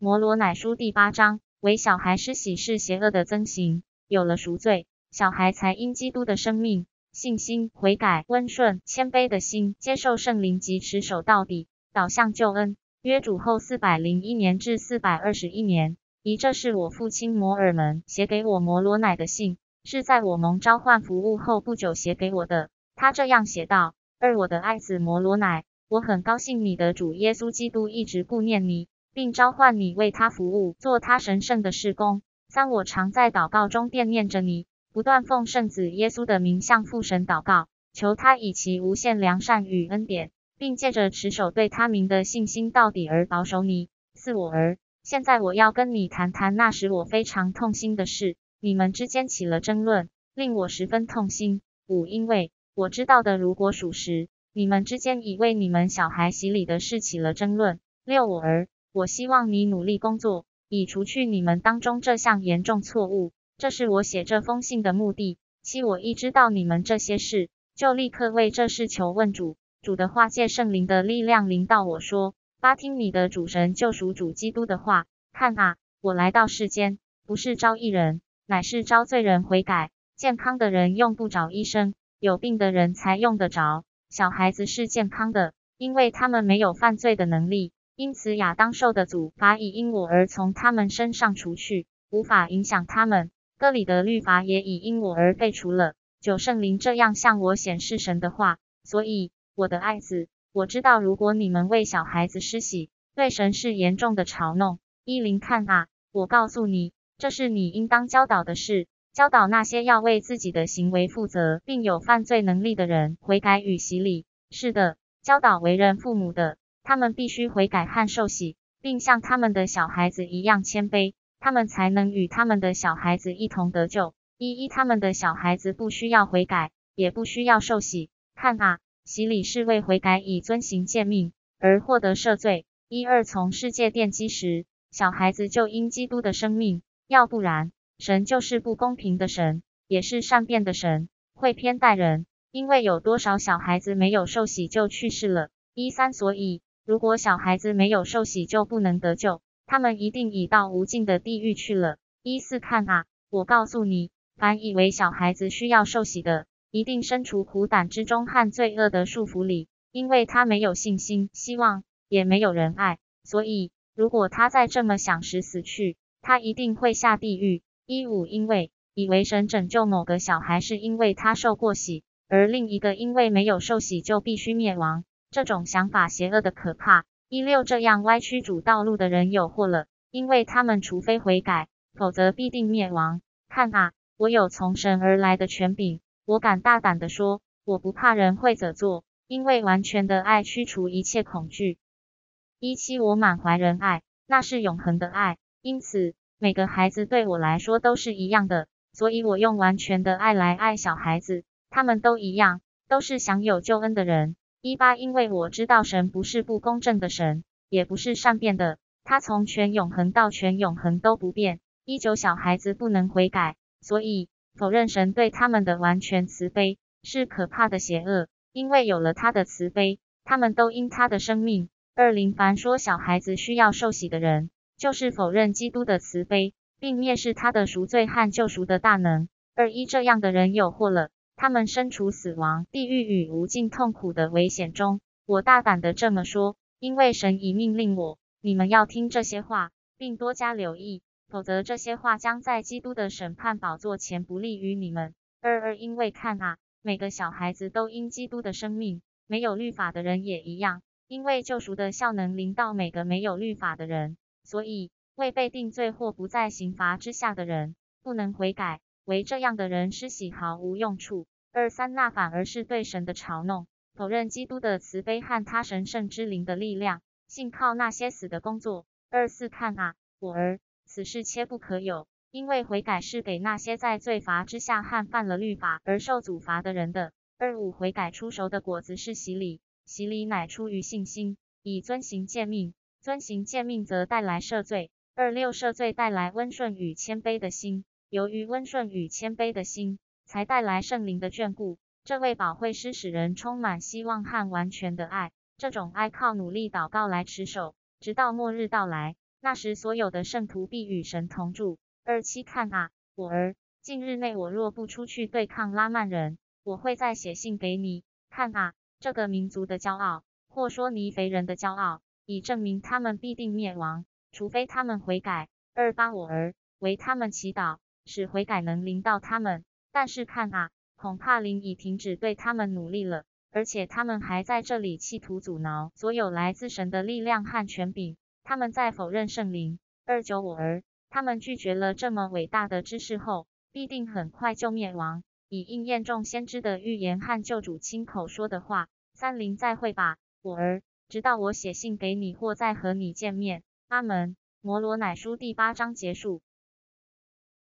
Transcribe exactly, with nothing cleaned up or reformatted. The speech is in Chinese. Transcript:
摩罗乃书第八章，为小孩施洗是邪恶的增行，有了赎罪，小孩才因基督的生命、信心、悔改、温顺、谦卑的心，接受圣灵及持守到底，导向救恩。约主后四百零一年至四百二十一年，一这是我父亲摩尔门写给我摩罗乃的信，是在我蒙召唤服务后不久写给我的。他这样写道：二我的爱子摩罗乃，我很高兴你的主耶稣基督一直顾念你，并召唤你为他服务，做他神圣的事工。三我常在祷告中惦念着你，不断奉圣子耶稣的名向父神祷告，求他以其无限良善与恩典，并借着持守对他名的信心到底而保守你。四我儿，现在我要跟你谈谈那时我非常痛心的事，你们之间起了争论，令我十分痛心。五因为我知道的如果属实，你们之间已为你们小孩洗礼的事起了争论。六我儿，我希望你努力工作，以除去你们当中这项严重错误，这是我写这封信的目的。七我一知道你们这些事，就立刻为这事求问主。主的话借圣灵的力量临到我说：八听你的主神救赎主基督的话。看啊，我来到世间，不是招义人，乃是招罪人悔改。健康的人用不着医生，有病的人才用得着。小孩子是健康的，因为他们没有犯罪的能力，因此亚当受的诅罚已因我而从他们身上除去，无法影响他们。割礼的律法也已因我而废除了。九圣灵这样向我显示神的话，所以我的爱子，我知道如果你们为小孩子施洗，对神是严重的嘲弄。一灵看啊，我告诉你，这是你应当教导的事，教导那些要为自己的行为负责并有犯罪能力的人悔改与洗礼。是的，教导为人父母的，他们必须悔改和受洗，并像他们的小孩子一样谦卑，他们才能与他们的小孩子一同得救。一一他们的小孩子不需要悔改，也不需要受洗。看啊，洗礼是为悔改以遵行诫命而获得赦罪。一二从世界奠基时，小孩子就因基督的生命，要不然神就是不公平的神，也是善变的神，会偏待人，因为有多少小孩子没有受洗就去世了。一三所以如果小孩子没有受洗就不能得救，他们一定已到无尽的地狱去了。一四看啊，我告诉你，凡以为小孩子需要受洗的，一定身处苦胆之中和罪恶的束缚里，因为他没有信心、希望，也没有人爱，所以如果他在这么想时死去，他一定会下地狱。一五因为以为神拯救某个小孩是因为他受过洗，而另一个因为没有受洗就必须灭亡，这种想法邪恶的可怕。一六这样歪曲主道路的人有祸了，因为他们除非悔改，否则必定灭亡。看啊，我有从神而来的权柄，我敢大胆地说，我不怕人会怎做，因为完全的爱驱除一切恐惧。一七我满怀仁爱，那是永恒的爱，因此每个孩子对我来说都是一样的，所以我用完全的爱来爱小孩子，他们都一样，都是享有救恩的人。一八因为我知道神不是不公正的神，也不是善变的，他从全永恒到全永恒都不变。一九小孩子不能悔改，所以否认神对他们的完全慈悲是可怕的邪恶，因为有了他的慈悲，他们都因他的生命。二零凡说小孩子需要受洗的人，就是否认基督的慈悲，并蔑视他的赎罪和救赎的大能。二一这样的人有祸了，他们身处死亡、地狱与无尽痛苦的危险中。我大胆的这么说，因为神已命令我，你们要听这些话，并多加留意，否则这些话将在基督的审判宝座前不利于你们。二二因为看啊，每个小孩子都因基督的生命，没有律法的人也一样，因为救赎的效能临到每个没有律法的人，所以未被定罪或不在刑罚之下的人，不能悔改，为这样的人施洗毫无用处。二三那反而是对神的嘲弄，否认基督的慈悲和他神圣之灵的力量，信靠那些死的工作。二四看啊，我儿，此事切不可有，因为悔改是给那些在罪罚之下和犯了律法而受诅罚的人的。二五悔改出熟的果子是洗礼，洗礼乃出于信心，以遵行诫命，遵行诫命则带来赦罪。二六赦罪带来温顺与谦卑的心，由于温顺与谦卑的心，才带来圣灵的眷顾。这位保惠师使人充满希望和完全的爱，这种爱靠努力祷告来持守，直到末日到来。 那时所有的圣徒必与神同住。二七看啊，我儿，近日内我若不出去对抗拉曼人，我会再写信给你。看啊，这个民族的骄傲，或说尼腓人的骄傲，以证明他们必定灭亡，除非他们悔改。二八我儿，为他们祈祷，使悔改能临到他们。但是看啊，恐怕灵已停止对他们努力了，而且他们还在这里企图阻挠所有来自神的力量和权柄。他们在否认圣灵。二九我儿，他们拒绝了这么伟大的知识后，必定很快就灭亡，以应验众先知的预言和救主亲口说的话。三零再会吧，我儿，直到我写信给你或再和你见面。阿门。摩罗乃书第八章结束。